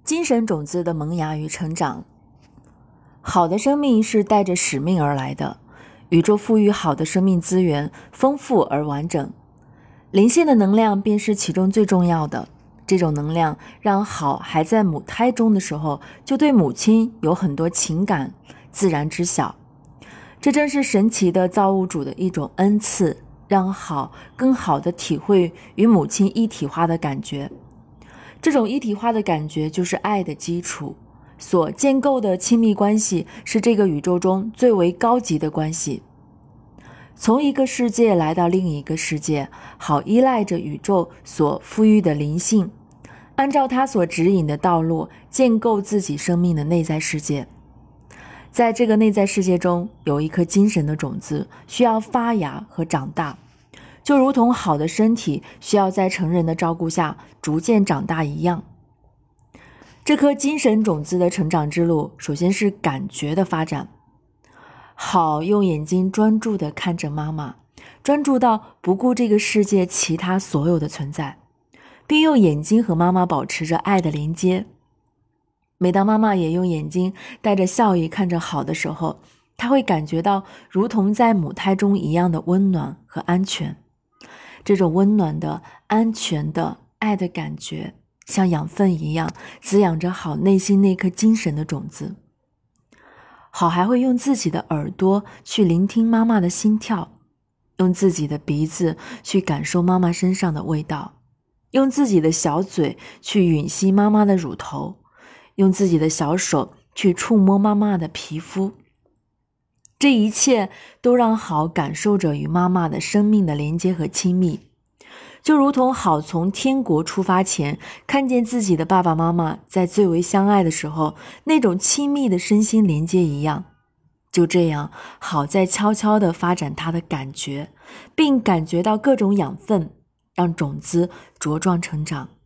精神种子的萌芽与成长。好的生命是带着使命而来的，宇宙赋予好的生命资源丰富而完整，灵性的能量便是其中最重要的。这种能量让好还在母胎中的时候，就对母亲有很多情感，自然知晓。这正是神奇的造物主的一种恩赐，让好更好地体会与母亲一体化的感觉。这种一体化的感觉就是爱的基础，所建构的亲密关系是这个宇宙中最为高级的关系。从一个世界来到另一个世界，好依赖着宇宙所赋予的灵性，按照它所指引的道路建构自己生命的内在世界。在这个内在世界中，有一颗精神的种子需要发芽和长大，就如同好的身体需要在成人的照顾下逐渐长大一样。这颗精神种子的成长之路，首先是感觉的发展。好用眼睛专注地看着妈妈，专注到不顾这个世界其他所有的存在，并用眼睛和妈妈保持着爱的连接。每当妈妈也用眼睛带着笑意看着好的时候，她会感觉到如同在母胎中一样的温暖和安全。这种温暖的、安全的、爱的感觉，像养分一样滋养着好内心那颗精神的种子。好还会用自己的耳朵去聆听妈妈的心跳，用自己的鼻子去感受妈妈身上的味道，用自己的小嘴去吮吸妈妈的乳头，用自己的小手去触摸妈妈的皮肤。这一切都让好感受着与妈妈的生命的连接和亲密，就如同好从天国出发前看见自己的爸爸妈妈在最为相爱的时候那种亲密的身心连接一样。就这样，好在悄悄地发展他的感觉，并感觉到各种养分，让种子茁壮成长。